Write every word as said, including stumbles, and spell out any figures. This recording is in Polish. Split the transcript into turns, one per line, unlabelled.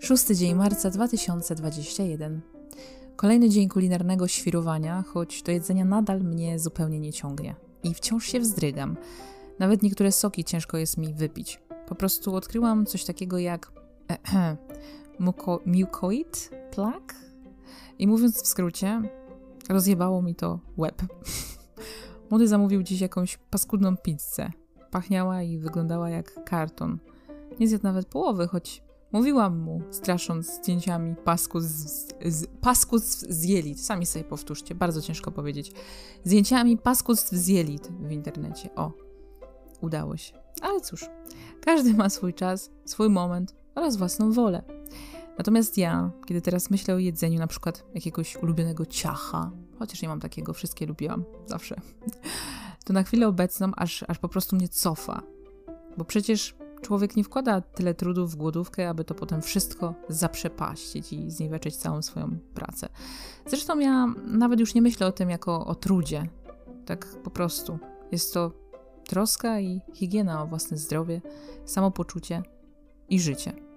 Szósty dzień marca dwa tysiące dwudziestego pierwszego. Kolejny dzień kulinarnego świrowania, choć do jedzenia nadal mnie zupełnie nie ciągnie. I wciąż się wzdrygam. Nawet niektóre soki ciężko jest mi wypić. Po prostu odkryłam coś takiego jak muco, mucoid plaque. I mówiąc w skrócie, rozjebało mi to łeb. Młody zamówił dziś jakąś paskudną pizzę. Pachniała i wyglądała jak karton. Nie zjadł nawet połowy, choć mówiłam mu, strasząc zdjęciami paskudstw z, z, paskudstw z jelit. Sami sobie powtórzcie, bardzo ciężko powiedzieć. Zdjęciami paskudstw z jelit w internecie. O, udało się. Ale cóż, każdy ma swój czas, swój moment oraz własną wolę. Natomiast ja, kiedy teraz myślę o jedzeniu, na przykład jakiegoś ulubionego ciacha, chociaż nie mam takiego, wszystkie lubiłam, zawsze, to na chwilę obecną aż, aż po prostu mnie cofa. Bo przecież człowiek nie wkłada tyle trudu w głodówkę, aby to potem wszystko zaprzepaścić i zniweczyć całą swoją pracę. Zresztą ja nawet już nie myślę o tym jako o trudzie. Tak po prostu. Jest to troska i higiena o własne zdrowie, samopoczucie i życie.